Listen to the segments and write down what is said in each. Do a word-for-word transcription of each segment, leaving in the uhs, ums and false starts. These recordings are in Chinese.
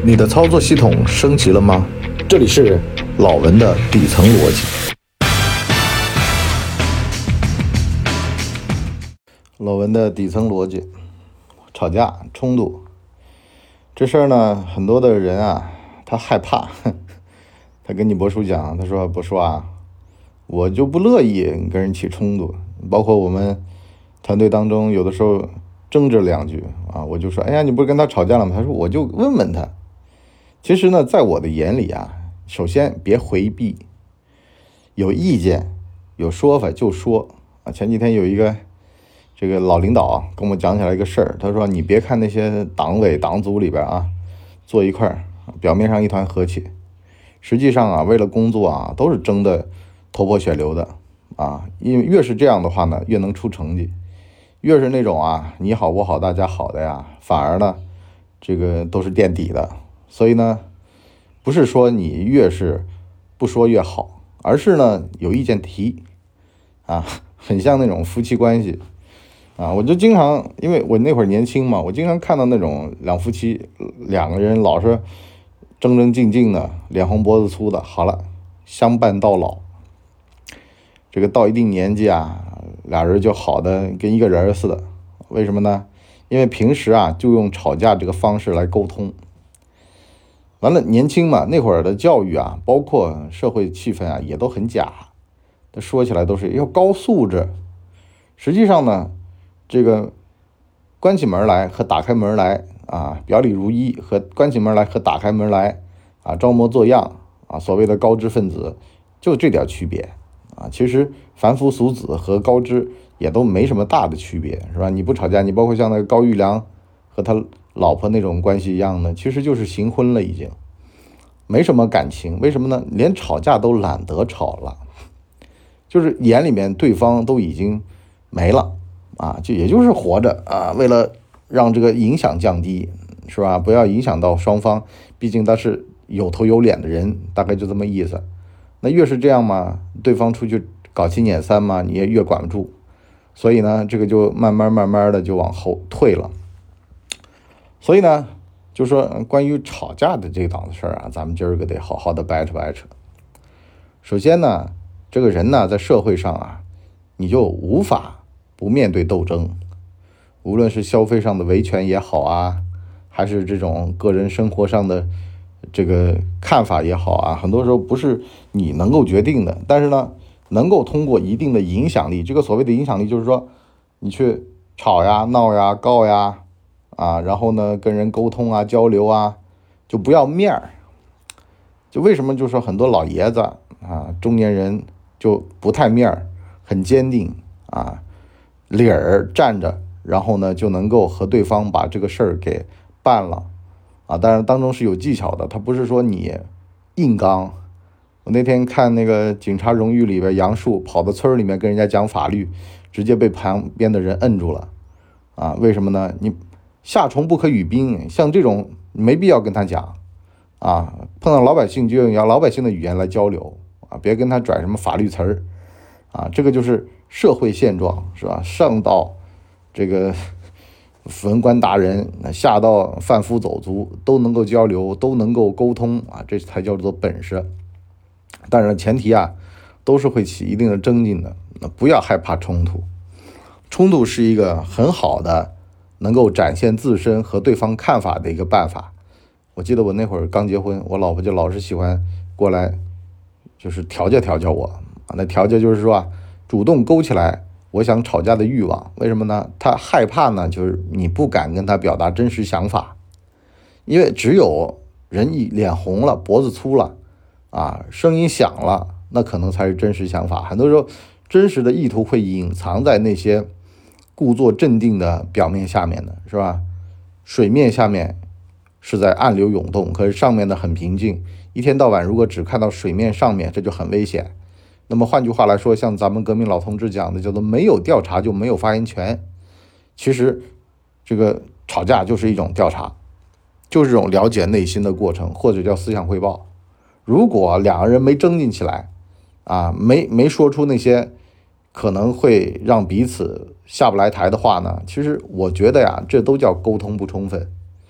你的操作系统升级了吗？这里是老文的底层逻辑。老文的底层逻辑，吵架冲突这事儿呢，很多的人啊，他害怕，他跟你博叔讲，他说博叔啊，我就不乐意跟人起冲突，包括我们团队当中有的时候争执两句啊，我就说，哎呀，你不是跟他吵架了吗？他说我就问问他。其实呢，在我的眼里啊，首先别回避，有意见有说法就说啊。前几天有一个这个老领导啊，跟我讲起来一个事儿，他说你别看那些党委党组里边啊坐一块儿，表面上一团和气，实际上啊为了工作啊都是争得头破血流的啊。因为越是这样的话呢，越能出成绩，越是那种啊你好我好大家好的呀，反而呢这个都是垫底的。所以呢，不是说你越是不说越好，而是呢有意见提啊，很像那种夫妻关系啊。我就经常，因为我那会儿年轻嘛，我经常看到那种两夫妻两个人老是争争竞竞的，脸红脖子粗的，好了，相伴到老。这个到一定年纪啊，俩人就好的跟一个人似的。为什么呢？因为平时啊就用吵架这个方式来沟通。完了，年轻嘛，那会儿的教育啊，包括社会气氛啊，也都很假。说起来都是要高素质，实际上呢，这个关起门来和打开门来啊，表里如一和关起门来和打开门来啊，装模作样啊，所谓的高知分子就这点区别啊。其实凡夫俗子和高知也都没什么大的区别，是吧？你不吵架，你包括像那个高育良和他老婆那种关系一样的，其实就是行婚了，已经没什么感情。为什么呢？连吵架都懒得吵了，就是眼里面对方都已经没了啊，就也就是活着啊，为了让这个影响降低，是吧？不要影响到双方，毕竟他是有头有脸的人，大概就这么意思。那越是这样嘛，对方出去搞七撵三嘛，你也越管不住，所以呢，这个就慢慢慢慢的就往后退了。所以呢，就说关于吵架的这档子事儿啊，咱们今儿个得好好的掰扯掰扯。首先呢，这个人呢在社会上啊，你就无法不面对斗争，无论是消费上的维权也好啊，还是这种个人生活上的这个看法也好啊，很多时候不是你能够决定的，但是呢，能够通过一定的影响力，这个所谓的影响力就是说，你去吵呀、闹呀、告呀。啊，然后呢，跟人沟通啊、交流啊，就不要面儿。就为什么就说很多老爷子啊、中年人就不太面儿，很坚定啊，理儿站着，然后呢就能够和对方把这个事儿给办了啊。当然当中是有技巧的，他不是说你硬刚。我那天看那个《警察荣誉》里边，杨树跑到村里面跟人家讲法律，直接被旁边的人摁住了啊。为什么呢？你夏虫不可语冰，像这种没必要跟他讲啊。碰到老百姓就用老百姓的语言来交流啊，别跟他拽什么法律词儿啊。这个就是社会现状，是吧？上到这个文官达人，下到贩夫走卒，都能够交流，都能够沟通啊，这才叫做本事。但是前提啊，都是会起一定的增进的。那不要害怕冲突，冲突是一个很好的能够展现自身和对方看法的一个办法。我记得我那会儿刚结婚，我老婆就老是喜欢过来，就是调教调教我啊。那调教就是说啊，主动勾起来我想吵架的欲望。为什么呢？她害怕呢，就是你不敢跟她表达真实想法，因为只有人一脸红了、脖子粗了啊，声音响了，那可能才是真实想法。很多时候，真实的意图会隐藏在那些故作镇定的表面下面的，是吧？水面下面是在暗流涌动，可是上面的很平静。一天到晚如果只看到水面上面，这就很危险。那么换句话来说，像咱们革命老同志讲的叫做没有调查就没有发言权。其实这个吵架就是一种调查，就是这种了解内心的过程，或者叫思想汇报。如果两个人没争进起来啊，没没说出那些可能会让彼此下不来台的话呢，其实我觉得呀，这都叫沟通不充分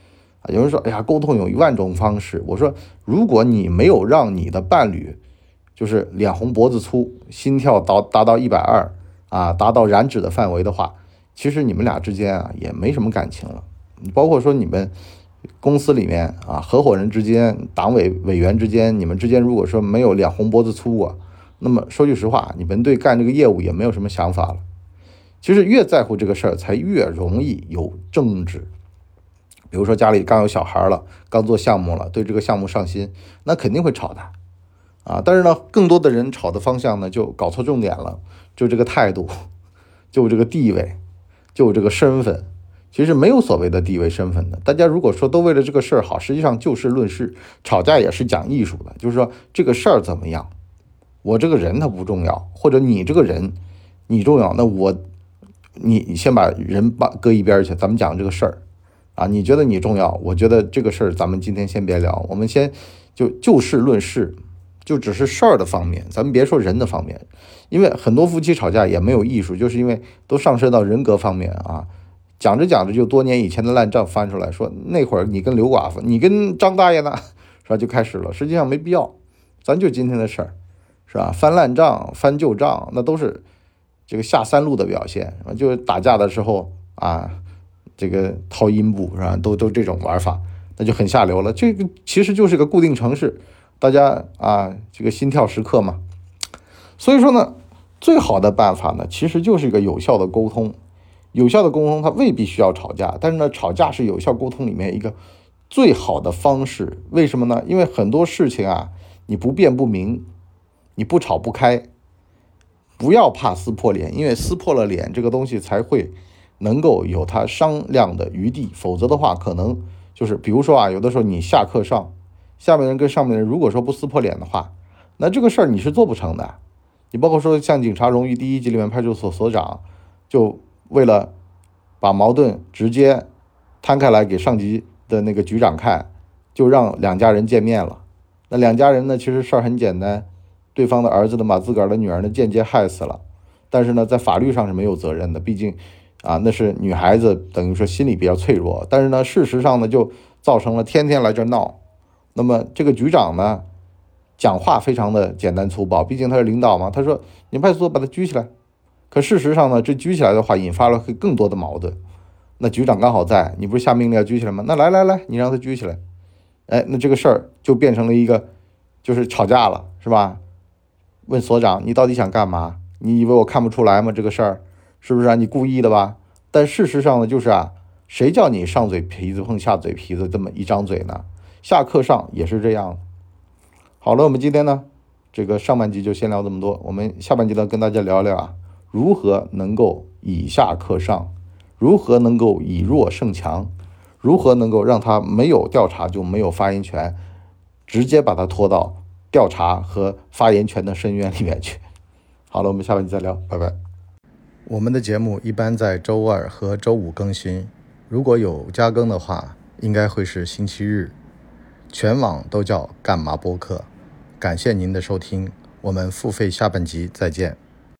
啊，有人说，哎呀，沟通有一万种方式。我说，如果你没有让你的伴侣就是脸红脖子粗，心跳达达到一百二啊，达到燃脂的范围的话，其实你们俩之间啊也没什么感情了。包括说你们公司里面啊，合伙人之间、党委委员之间，你们之间如果说没有脸红脖子粗啊，那么说句实话，你们对干这个业务也没有什么想法了。其实越在乎这个事儿，才越容易有争执。比如说家里刚有小孩了，刚做项目了，对这个项目上心，那肯定会吵的啊。但是呢，更多的人吵的方向呢，就搞错重点了，就这个态度，就这个地位，就这个身份。其实没有所谓的地位身份的，大家如果说都为了这个事儿好，实际上就事论事，吵架也是讲艺术的，就是说这个事儿怎么样，我这个人他不重要，或者你这个人你重要，那我你先把人把搁一边去，咱们讲这个事儿啊，你觉得你重要，我觉得这个事儿咱们今天先别聊，我们先就就事论事，就只是事儿的方面，咱们别说人的方面，因为很多夫妻吵架也没有艺术，就是因为都上升到人格方面啊。讲着讲着就多年以前的烂账翻出来，说那会儿你跟刘寡妇，你跟张大爷呢，是吧？就开始了。实际上没必要，咱就今天的事儿，是吧？翻烂账、翻旧账，那都是这个下三路的表现，就是打架的时候啊，这个掏阴部，是吧？都都这种玩法，那就很下流了。这个其实就是个固定程式，大家啊，这个心跳时刻嘛。所以说呢，最好的办法呢，其实就是一个有效的沟通。有效的沟通，它未必需要吵架，但是呢，吵架是有效沟通里面一个最好的方式。为什么呢？因为很多事情啊，你不辩不明，你不吵不开。不要怕撕破脸，因为撕破了脸，这个东西才会能够有它商量的余地。否则的话，可能就是比如说啊，有的时候你下课上，下面人跟上面人如果说不撕破脸的话，那这个事儿你是做不成的。你包括说像警察荣誉第一集里面派出所所长，就为了把矛盾直接摊开来给上级的那个局长看，就让两家人见面了。那两家人呢，其实事儿很简单，对方的儿子呢把自个儿的女儿呢间接害死了，但是呢在法律上是没有责任的，毕竟啊那是女孩子，等于说心理比较脆弱。但是呢事实上呢就造成了天天来这闹。那么这个局长呢讲话非常的简单粗暴，毕竟他是领导嘛，他说你派出所把他拘起来。可事实上呢，这举起来的话，引发了更多的矛盾。那局长刚好在，你不是下命令要举起来吗？那来来来，你让他举起来。哎，那这个事儿就变成了一个，就是吵架了，是吧？问所长，你到底想干嘛？你以为我看不出来吗？这个事儿是不是啊？你故意的吧？但事实上呢，就是啊，谁叫你上嘴皮子碰下嘴皮子这么一张嘴呢？下课上也是这样。好了，我们今天呢，这个上半集就先聊这么多，我们下半集呢跟大家聊聊啊。如何能够以下克上？如何能够以弱胜强？如何能够让他没有调查就没有发言权，直接把他拖到调查和发言权的深渊里面去？好了，我们下半集再聊，拜拜。我们的节目一般在周二和周五更新，如果有加更的话，应该会是星期日。全网都叫干嘛播客。感谢您的收听，我们付费下半集再见。